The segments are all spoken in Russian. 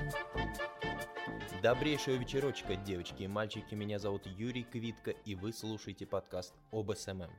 Добрейшего вечерочка, девочки и мальчики, меня зовут Юрий Квитко, и вы слушаете подкаст об СММ.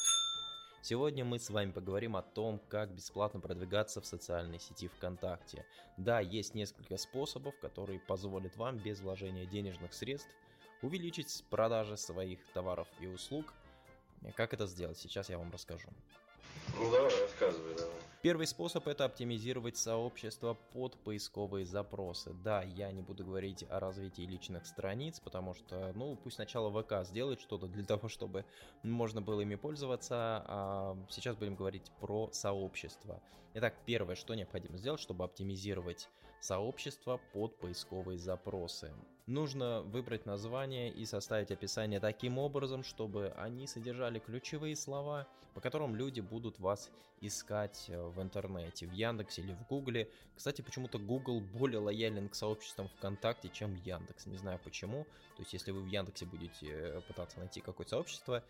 Сегодня мы с вами поговорим о том, как бесплатно продвигаться в социальной сети ВКонтакте. Да, есть несколько способов, которые позволят вам без вложения денежных средств увеличить продажи своих товаров и услуг. Как это сделать, сейчас я вам расскажу. Ну давай, рассказывай, давай. Первый способ — это оптимизировать сообщество под поисковые запросы. Да, я не буду говорить о развитии личных страниц, потому что, пусть сначала ВК сделает что-то для того, чтобы можно было ими пользоваться, а сейчас будем говорить про сообщество. Итак, первое, что необходимо сделать, чтобы оптимизировать сообщество под поисковые запросы. Нужно выбрать название и составить описание таким образом, чтобы они содержали ключевые слова, по которым люди будут вас искать в интернете, в Яндексе или в Гугле. Кстати, почему-то Google более лоялен к сообществам ВКонтакте, чем Яндекс. Не знаю почему. То есть, если вы в Яндексе будете пытаться найти какое-то сообщество,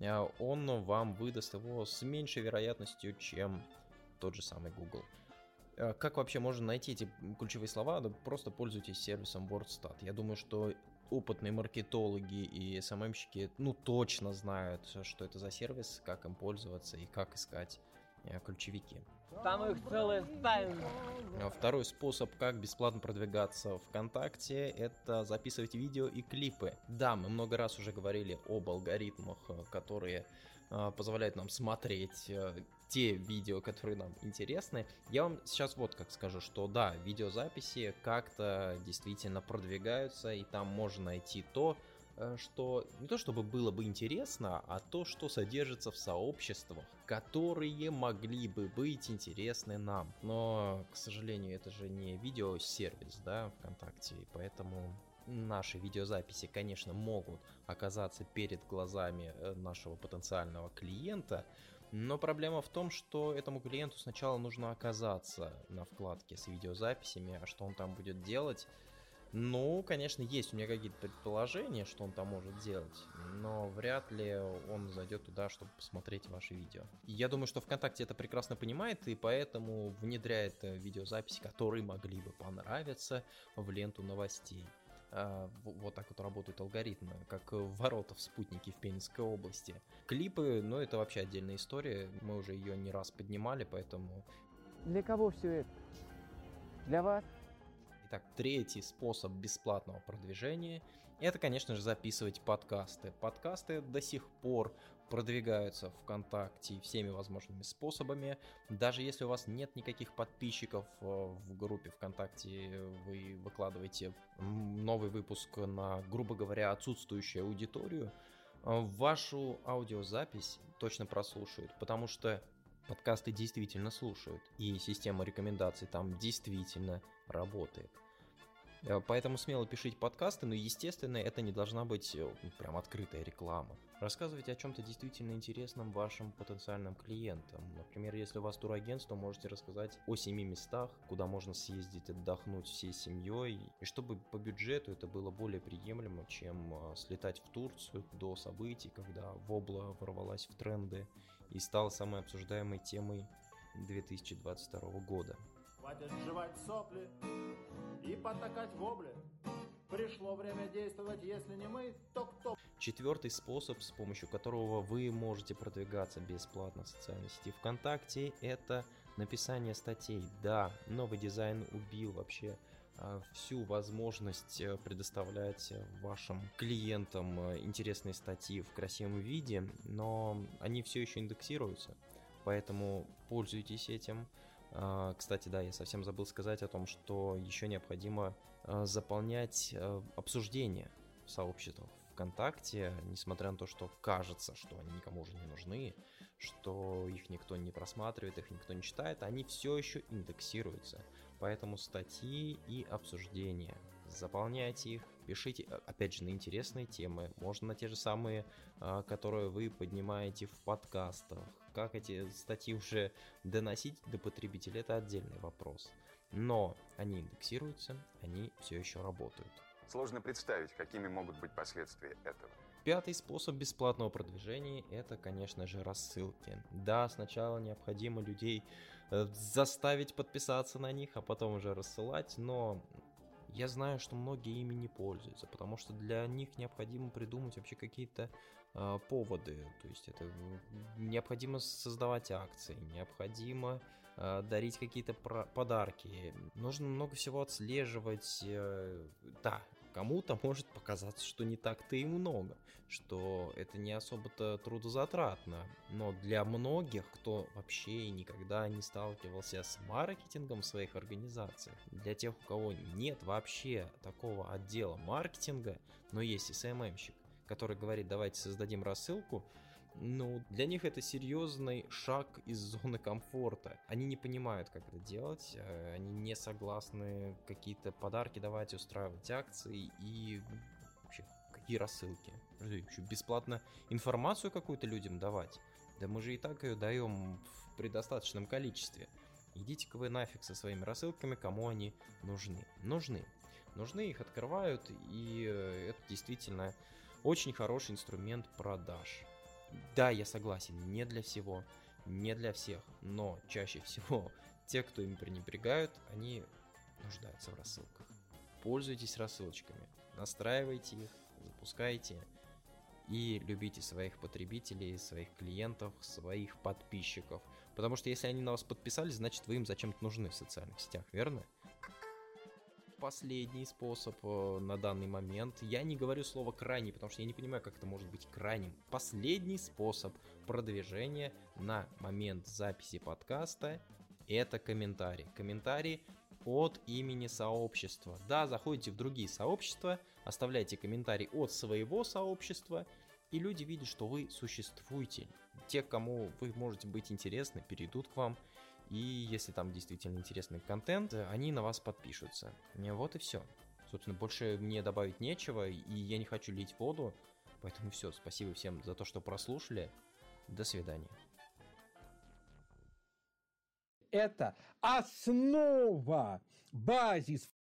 он вам выдаст его с меньшей вероятностью, чем тот же самый Google. Как вообще можно найти эти ключевые слова? Да просто пользуйтесь сервисом WordStat. Я думаю, что опытные маркетологи и СММщики точно знают, что это за сервис, как им пользоваться и как искать ключевики. Там их целая стая. Второй способ, как бесплатно продвигаться в ВКонтакте, это записывать видео и клипы. Да, мы много раз уже говорили об алгоритмах, которые позволяют нам смотреть те видео, которые нам интересны. Я вам сейчас вот как скажу, что да, видеозаписи как-то действительно продвигаются, и там можно найти то, что не то чтобы было бы интересно, а то, что содержится в сообществах, которые могли бы быть интересны нам. Но, к сожалению, это же не видеосервис, да, ВКонтакте, и поэтому наши видеозаписи, конечно, могут оказаться перед глазами нашего потенциального клиента, но проблема в том, что этому клиенту сначала нужно оказаться на вкладке с видеозаписями, а что он там будет делать? Конечно, есть у меня какие-то предположения, что он там может делать, но вряд ли он зайдет туда, чтобы посмотреть ваши видео. Я думаю, что ВКонтакте это прекрасно понимает, и поэтому внедряет видеозаписи, которые могли бы понравиться, в ленту новостей. Вот так вот работают алгоритмы, как ворота в спутнике в Пензенской области. Клипы, это вообще отдельная история, мы уже ее не раз поднимали, поэтому... Для кого все это? Для вас? Итак, третий способ бесплатного продвижения — это, конечно же, записывать подкасты. Подкасты до сих пор продвигаются ВКонтакте всеми возможными способами. Даже если у вас нет никаких подписчиков в группе ВКонтакте, вы выкладываете новый выпуск на, грубо говоря, отсутствующую аудиторию, вашу аудиозапись точно прослушают, потому что подкасты действительно слушают, и система рекомендаций там действительно работает. Поэтому смело пишите подкасты, но, естественно, это не должна быть прям открытая реклама. Рассказывайте о чем-то действительно интересном вашим потенциальным клиентам. Например, если у вас турагентство, можете рассказать о 7 местах, куда можно съездить отдохнуть всей семьей, и чтобы по бюджету это было более приемлемо, чем слетать в Турцию до событий, когда вобла ворвалась в тренды и стала самой обсуждаемой темой 2022 года. Хватит жевать сопли и потакать вобли. Пришло время действовать, если не мы, то кто? Четвертый способ, с помощью которого вы можете продвигаться бесплатно в социальной сети ВКонтакте, это написание статей. Да, новый дизайн убил вообще всю возможность предоставлять вашим клиентам интересные статьи в красивом виде, но они все еще индексируются, поэтому пользуйтесь этим. Кстати, да, я совсем забыл сказать о том, что еще необходимо заполнять обсуждения в сообществах ВКонтакте, несмотря на то, что кажется, что они никому уже не нужны, что их никто не просматривает, их никто не читает, они все еще индексируются. Поэтому статьи и обсуждения, заполняйте их, пишите, опять же, на интересные темы, можно на те же самые, которые вы поднимаете в подкастах. Как эти статьи уже доносить до потребителя, это отдельный вопрос. Но они индексируются, они все еще работают. Сложно представить, какими могут быть последствия этого. Пятый способ бесплатного продвижения — это, конечно же, рассылки. Да, сначала необходимо людей заставить подписаться на них, а потом уже рассылать, но Я знаю, что многие ими не пользуются, потому что для них необходимо придумать вообще какие-то поводы. То есть это необходимо создавать акции, необходимо дарить какие-то подарки. Нужно много всего отслеживать. Да, кому-то может показаться, что не так-то и много, что это не особо-то трудозатратно, но для многих, кто вообще никогда не сталкивался с маркетингом в своих организациях, для тех, у кого нет вообще такого отдела маркетинга, но есть SMM-щик, который говорит, давайте создадим рассылку, ну, для них это серьезный шаг из зоны комфорта. Они не понимают, как это делать, они не согласны какие-то подарки давать, устраивать акции и вообще какие рассылки. Еще бесплатно информацию какую-то людям давать. Да мы же и так ее даем в предостаточном количестве. Идите-ка вы нафиг со своими рассылками, кому они нужны. Нужны, их открывают, и это действительно очень хороший инструмент продаж. Да, я согласен, не для всего, не для всех, но чаще всего те, кто им пренебрегают, они нуждаются в рассылках. Пользуйтесь рассылочками, настраивайте их, запускайте и любите своих потребителей, своих клиентов, своих подписчиков. Потому что если они на вас подписались, значит вы им зачем-то нужны в социальных сетях, верно? Последний способ на данный момент. Я не говорю слово крайний, потому что я не понимаю, как это может быть крайним. Последний способ продвижения на момент записи подкаста — это комментарий. Комментарий от имени сообщества. Да, заходите в другие сообщества, оставляйте комментарий от своего сообщества, и люди видят, что вы существуете. Те, кому вы можете быть интересны, перейдут к вам. И если там действительно интересный контент, они на вас подпишутся. Вот и все. Собственно, больше мне добавить нечего, и я не хочу лить воду. Поэтому все, спасибо всем за то, что прослушали. До свидания. Это основа, базис,